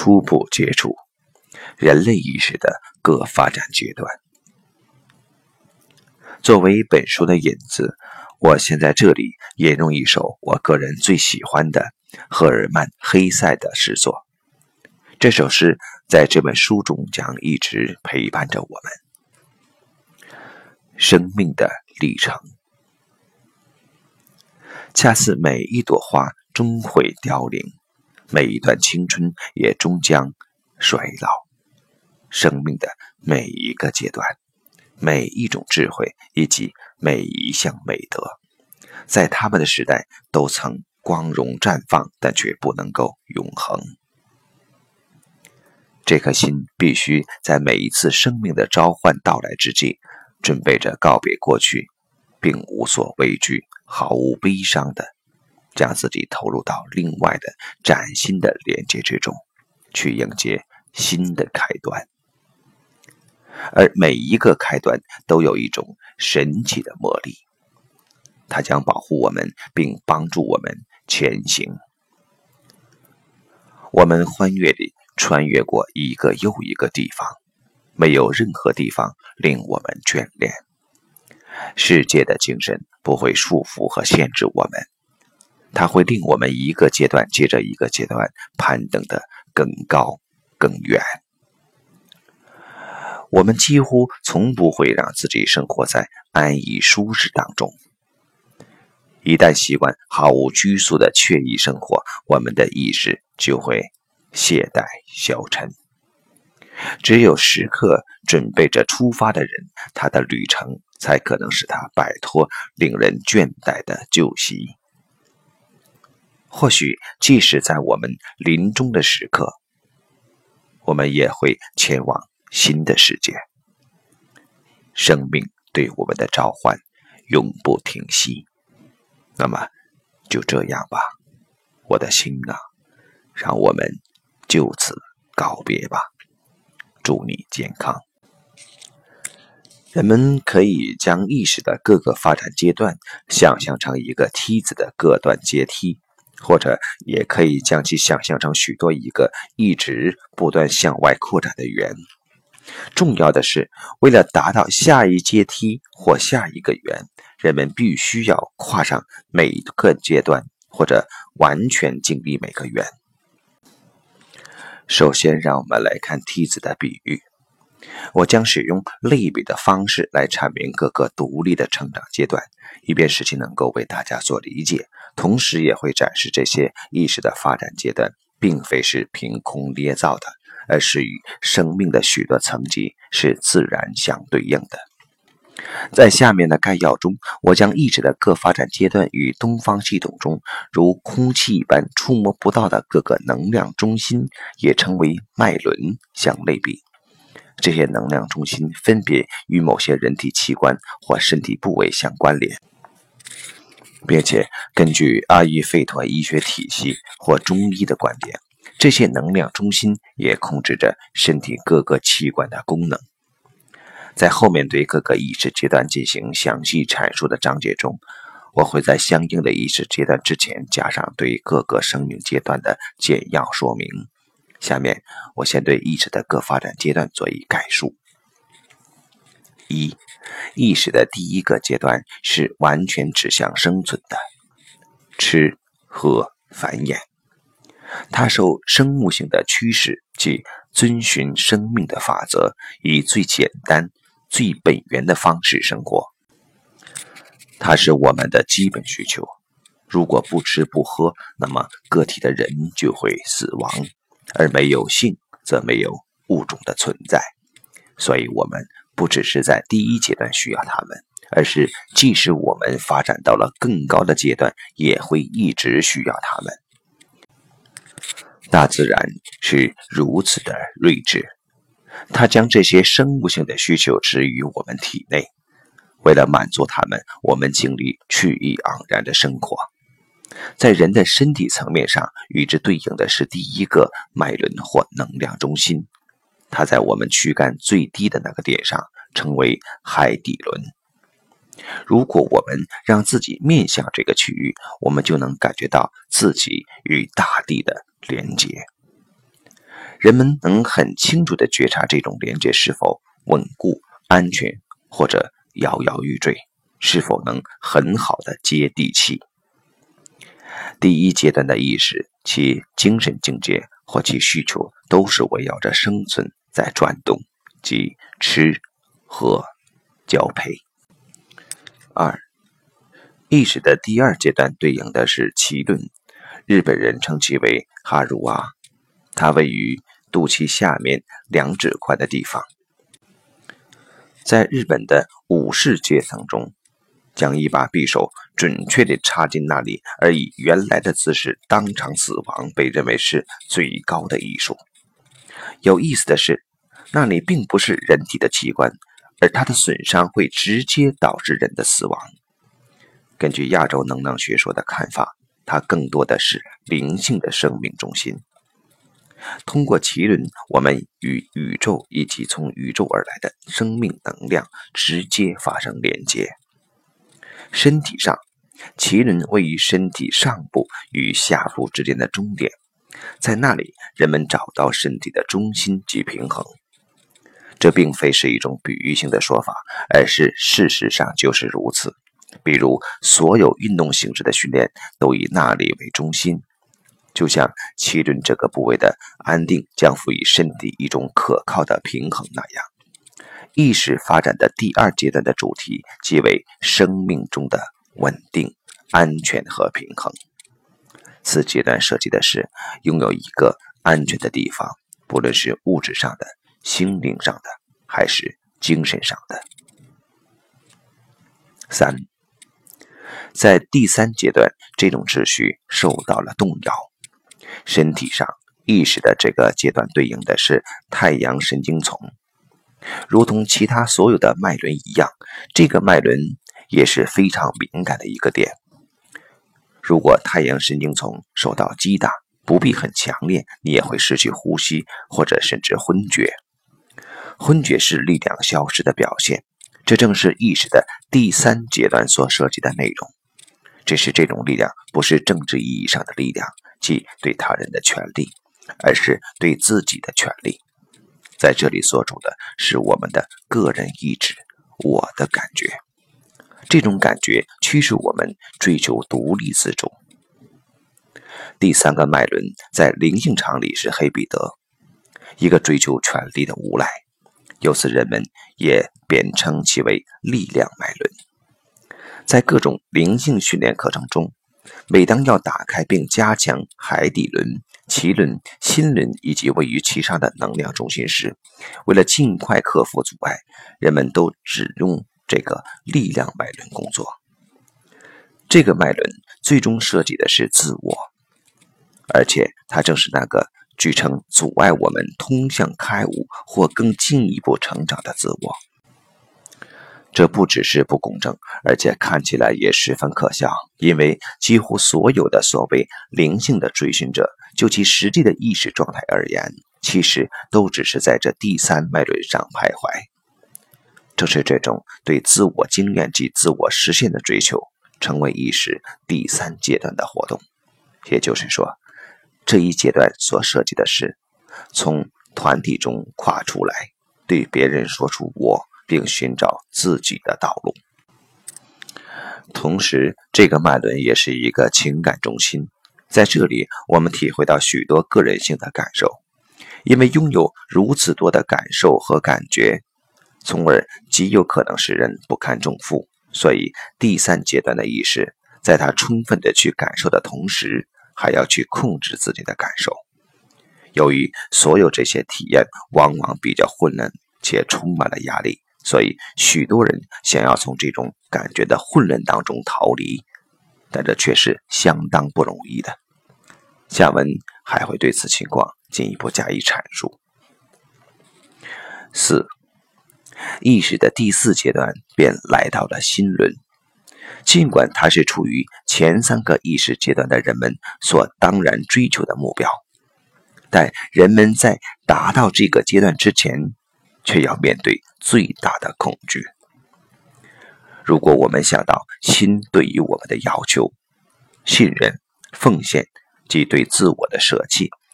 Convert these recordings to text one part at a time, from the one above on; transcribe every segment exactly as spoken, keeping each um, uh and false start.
初步接触人类意识的各发展阶段。作为本书的引子，我先在这里引用一首我个人最喜欢的赫尔曼·黑塞的诗作。这首诗在这本书中将一直陪伴着我们。生命的历程，恰似每一朵花终会凋零，每一段青春也终将衰老。生命的每一个阶段，每一种智慧以及每一项美德，在他们的时代都曾光荣绽放，但却不能够永恒。这颗心必须在每一次生命的召唤到来之际，准备着告别过去，并无所畏惧，毫无悲伤的将自己投入到另外的崭新的连接之中，去迎接新的开端。而每一个开端都有一种神奇的魔力，它将保护我们并帮助我们前行。我们欢悦地穿越过一个又一个地方，没有任何地方令我们眷恋。世界的精神不会束缚和限制我们，它会令我们一个阶段接着一个阶段攀登得更高更远。我们几乎从不会让自己生活在安逸舒适当中。一旦习惯毫无拘束的惬意生活，我们的意识就会懈怠消沉。只有时刻准备着出发的人，他的旅程才可能使他摆脱令人倦怠的旧习。或许即使在我们临终的时刻，我们也会前往新的世界。生命对我们的召唤永不停息。那么就这样吧，我的心啊，让我们就此告别吧。祝你健康。人们可以将意识的各个发展阶段想象成一个梯子的各段阶梯，或者也可以将其想象成许多一个一直不断向外扩展的圆。重要的是，为了达到下一阶梯或下一个圆，人们必须要跨上每个阶段，或者完全经历每个圆。首先，让我们来看梯子的比喻。我将使用类比的方式来阐明各个独立的成长阶段，以便事情能够为大家所理解，同时也会展示这些意识的发展阶段并非是凭空捏造的，而是与生命的许多层级是自然相对应的。在下面的概要中，我将意识的各发展阶段与东方系统中如空气一般触摸不到的各个能量中心，也称为脉轮，相类比。这些能量中心分别与某些人体器官或身体部位相关联，并且根据阿育吠陀医学体系或中医的观点，这些能量中心也控制着身体各个器官的功能。在后面对各个意识阶段进行详细阐述的章节中，我会在相应的意识阶段之前加上对各个生命阶段的简要说明。下面我先对意识的各发展阶段做一概述。一、意识的第一个阶段是完全指向生存的，吃、喝、繁衍。它受生物性的驱使，即遵循生命的法则，以最简单、最本源的方式生活。它是我们的基本需求。如果不吃不喝，那么个体的人就会死亡，而没有性则没有物种的存在。所以我们不只是在第一阶段需要它们，而是即使我们发展到了更高的阶段，也会一直需要它们。大自然是如此的睿智，它将这些生物性的需求置于我们体内。为了满足它们，我们经历趣意盎然的生活。在人的身体层面上，与之对应的是第一个脉轮或能量中心，它在我们躯干最低的那个点上，称为海底轮。如果我们让自己面向这个区域，我们就能感觉到自己与大地的连结。 人们能很清楚地觉察这种连接是否稳固、安全，或者摇摇欲坠，是否能很好的接地气。第一阶段的意识，其精神境界或其需求都是围绕着生存在转动，即吃、喝、交配。二、意识的第二阶段对应的是脐轮，日本人称其为哈鲁阿，它位于肚脐下面两指宽的地方。在日本的武士阶层中，将一把匕首准确地插进那里，而以原来的姿势当场死亡，被认为是最高的艺术。有意思的是，那里并不是人体的器官，而它的损伤会直接导致人的死亡。根据亚洲能量学说的看法，它更多的是灵性的生命中心。通过脐轮，我们与宇宙以及从宇宙而来的生命能量直接发生连接。身体上，脐轮位于身体上部与下部之间的中点，在那里人们找到身体的中心及平衡。这并非是一种比喻性的说法，而是事实上就是如此。比如所有运动形式的训练都以那里为中心，就像脐轮这个部位的安定将赋予身体一种可靠的平衡那样。意识发展的第二阶段的主题即为生命中的稳定、安全和平衡。此阶段涉及的是拥有一个安全的地方，不论是物质上的、心灵上的，还是精神上的。三，在第三阶段，这种秩序受到了动摇。身体上，意识的这个阶段对应的是太阳神经丛。如同其他所有的脉轮一样，这个脉轮也是非常敏感的一个点。如果太阳神经丛受到击打，不必很强烈，你也会失去呼吸，或者甚至昏厥。昏厥是力量消失的表现，这正是意识的第三阶段所涉及的内容。只是这种力量不是政治意义上的力量，即对他人的权利，而是对自己的权利。在这里所主的是我们的个人意志，我的感觉。这种感觉驱使我们追求独立自主。第三个脉轮在灵性场里是黑彼得，一个追求权力的无赖，由此人们也便称其为力量脉轮。在各种灵性训练课程中，每当要打开并加强海底轮、脐轮、心轮以及位于其上的能量中心时，为了尽快克服阻碍，人们都只用这个力量脉轮工作。这个脉轮最终涉及的是自我，而且它正是那个据称阻碍我们通向开悟或更进一步成长的自我。这不只是不公正，而且看起来也十分可笑，因为几乎所有的所谓灵性的追寻者，就其实际的意识状态而言，其实都只是在这第三脉轮上徘徊。正是这种对自我经验及自我实现的追求，成为意识第三阶段的活动。也就是说，这一阶段所涉及的是从团体中跨出来，对别人说出我，并寻找自己的道路。同时，这个脉轮也是一个情感中心，在这里我们体会到许多个人性的感受。因为拥有如此多的感受和感觉，从而极有可能使人不堪重负，所以第三阶段的意识，在他充分的去感受的同时，还要去控制自己的感受。由于所有这些体验往往比较混乱且充满了压力，所以许多人想要从这种感觉的混乱当中逃离，但这却是相当不容易的。下文还会对此情况进一步加以阐述。四，意识的第四阶段便来到了心轮。尽管它是处于前三个意识阶段的人们所当然追求的目标，但人们在达到这个阶段之前，却要面对最大的恐惧。如果我们想到心对于我们的要求、信任、奉献及对自我的舍弃，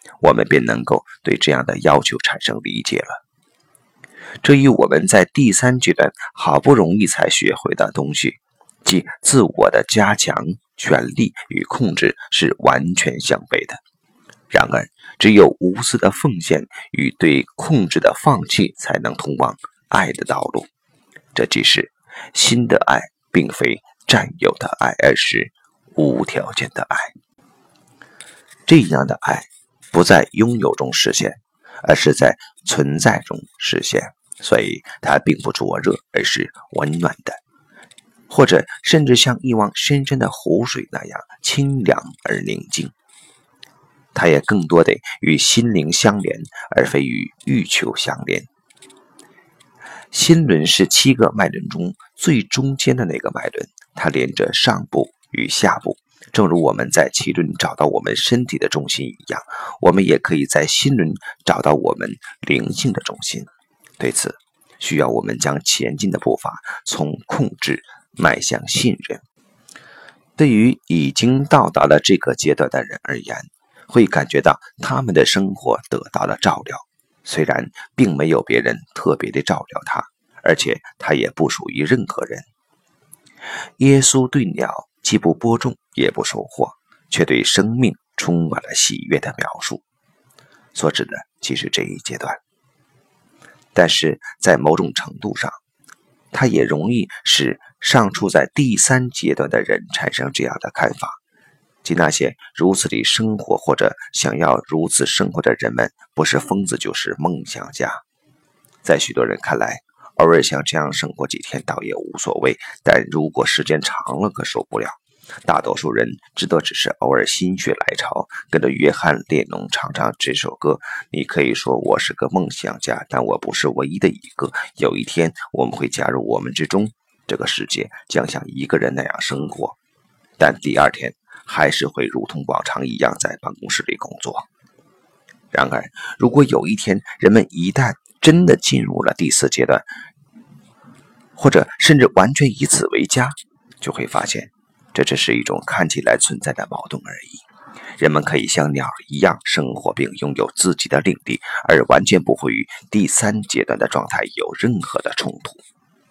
我们便能够对这样的要求产生理解了。这与我们在第三阶段好不容易才学会的东西，即自我的加强、权力与控制是完全相悖的。然而，只有无私的奉献与对控制的放弃，才能通往爱的道路。这即是新的爱，并非占有的爱，而是无条件的爱。这样的爱不在拥有中实现，而是在存在中实现，所以它并不灼热，而是温暖的，或者甚至像一汪深深的湖水那样清凉而宁静。它也更多的与心灵相连，而非与欲求相连。心轮是七个脉轮中最中间的那个脉轮，它连着上部与下部，正如我们在脐轮找到我们身体的中心一样，我们也可以在心轮找到我们灵性的中心。对此，需要我们将前进的步伐从控制迈向信任。对于已经到达了这个阶段的人而言，会感觉到他们的生活得到了照料，虽然并没有别人特别的照料他，而且他也不属于任何人。耶稣对鸟既不播种也不收获，却对生命充满了喜悦的描述，所指的即是这一阶段。但是在某种程度上，它也容易使尚处在第三阶段的人产生这样的看法，即那些如此地生活或者想要如此生活的人们，不是疯子就是梦想家。在许多人看来，偶尔像这样生活几天倒也无所谓，但如果时间长了可受不了。大多数人只得只是偶尔心血来潮，跟着约翰列侬唱唱这首歌。你可以说我是个梦想家，但我不是唯一的一个。有一天我们会加入我们之中，这个世界将像一个人那样生活，但第二天还是会如同往常一样在办公室里工作。然而，如果有一天人们一旦真的进入了第四阶段，或者甚至完全以此为家，就会发现这只是一种看起来存在的矛盾而已。人们可以像鸟一样生活并拥有自己的领地，而完全不会与第三阶段的状态有任何的冲突。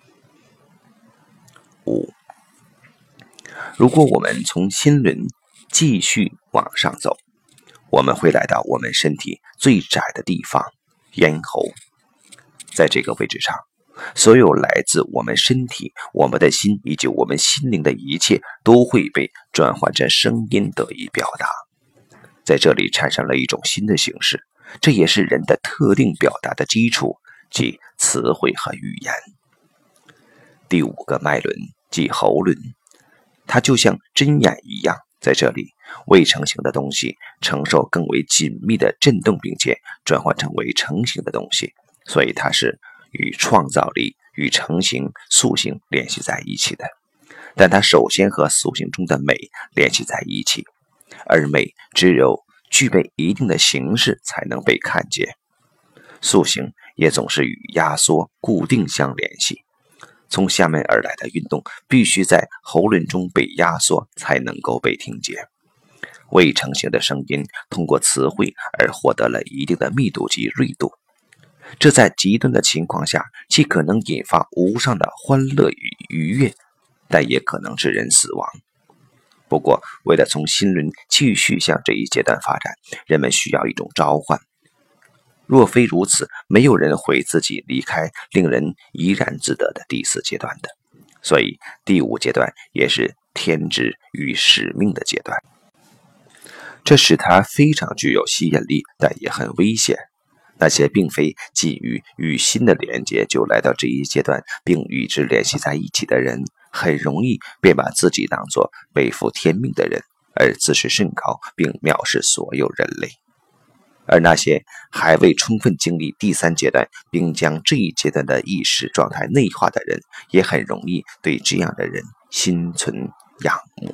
五，如果我们从心轮继续往上走，我们会来到我们身体最窄的地方——咽喉。在这个位置上，所有来自我们身体、我们的心以及我们心灵的一切都会被转换成声音得以表达。在这里产生了一种新的形式，这也是人的特定表达的基础，即词汇和语言。第五个脉轮即喉轮，它就像针眼一样，在这里未成型的东西承受更为紧密的震动，并且转换成为成型的东西，所以它是与创造力与成型塑形联系在一起的。但它首先和塑形中的美联系在一起，而美只有具备一定的形式才能被看见。塑形也总是与压缩固定相联系，从下面而来的运动必须在喉轮中被压缩才能够被听见。未成型的声音通过词汇而获得了一定的密度及锐度，这在极端的情况下既可能引发无上的欢乐与愉悦，但也可能致人死亡。不过为了从心轮继续向这一阶段发展，人们需要一种召唤，若非如此，没有人会自己离开令人怡然自得的第四阶段的。所以第五阶段也是天职与使命的阶段，这使它非常具有吸引力，但也很危险。那些并非基于与心的连接就来到这一阶段并与之联系在一起的人，很容易便把自己当作背负天命的人，而自视甚高，并藐视所有人类。而那些还未充分经历第三阶段并将这一阶段的意识状态内化的人，也很容易对这样的人心存仰慕。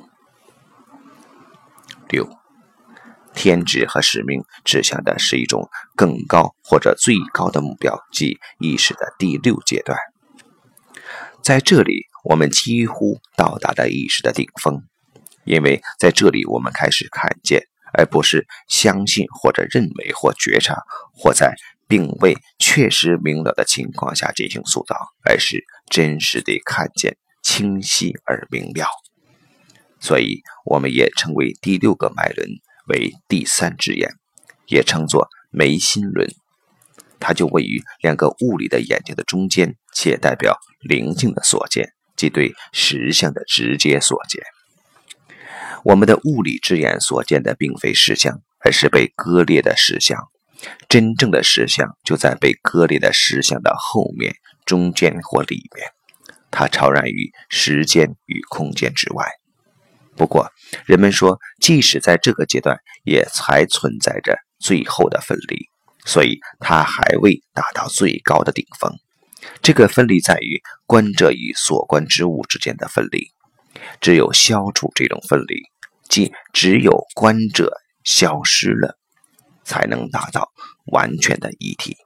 六，天职和使命指向的是一种更高或者最高的目标，即意识的第六阶段。在这里，我们几乎到达了意识的顶峰，因为在这里我们开始看见， 而不是相信或者认为或觉察，或在并未确实明了的情况下进行塑造，而是真实地看见，清晰而明了。所以我们也称为第六个脉轮为第三之眼，也称作眉心轮。它就位于两个物理的眼睛的中间，且代表灵性的所见，即对实相的直接所见。我们的物理之眼所见的并非实相，而是被割裂的实相。真正的实相就在被割裂的实相的后面、中间或里面，它超然于时间与空间之外。不过人们说，即使在这个阶段也还存在着最后的分离，所以它还未达到最高的顶峰。这个分离在于观者与所观之物之间的分离，只有消除这种分离，即只有观者消失了，才能达到完全的一体。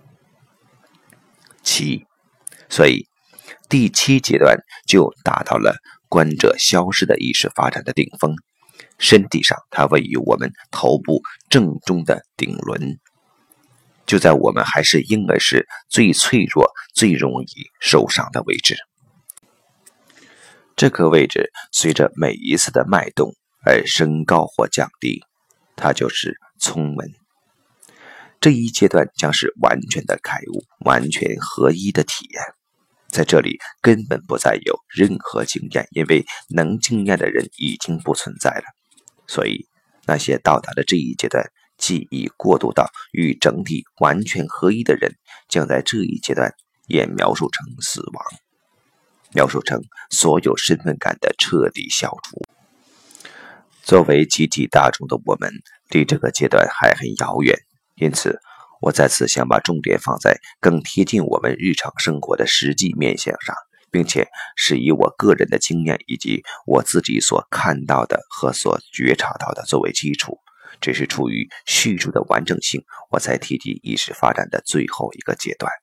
七，所以第七阶段就达到了观者消失的意识发展的顶峰。身体上，它位于我们头部正中的顶轮，就在我们还是婴儿时最脆弱、最容易受伤的位置。这个位置随着每一次的脉动而升高或降低，它就是聪门。这一阶段将是完全的开悟、完全合一的体验。在这里根本不再有任何经验，因为能经验的人已经不存在了。所以那些到达了这一阶段，记忆过渡到与整体完全合一的人，将在这一阶段也描述成死亡，描述成所有身份感的彻底消除。作为集体大众的我们，离这个阶段还很遥远，因此我在此想把重点放在更贴近我们日常生活的实际面向上，并且是以我个人的经验以及我自己所看到的和所觉察到的作为基础。这是出于叙述的完整性，我才提及意识发展的最后一个阶段。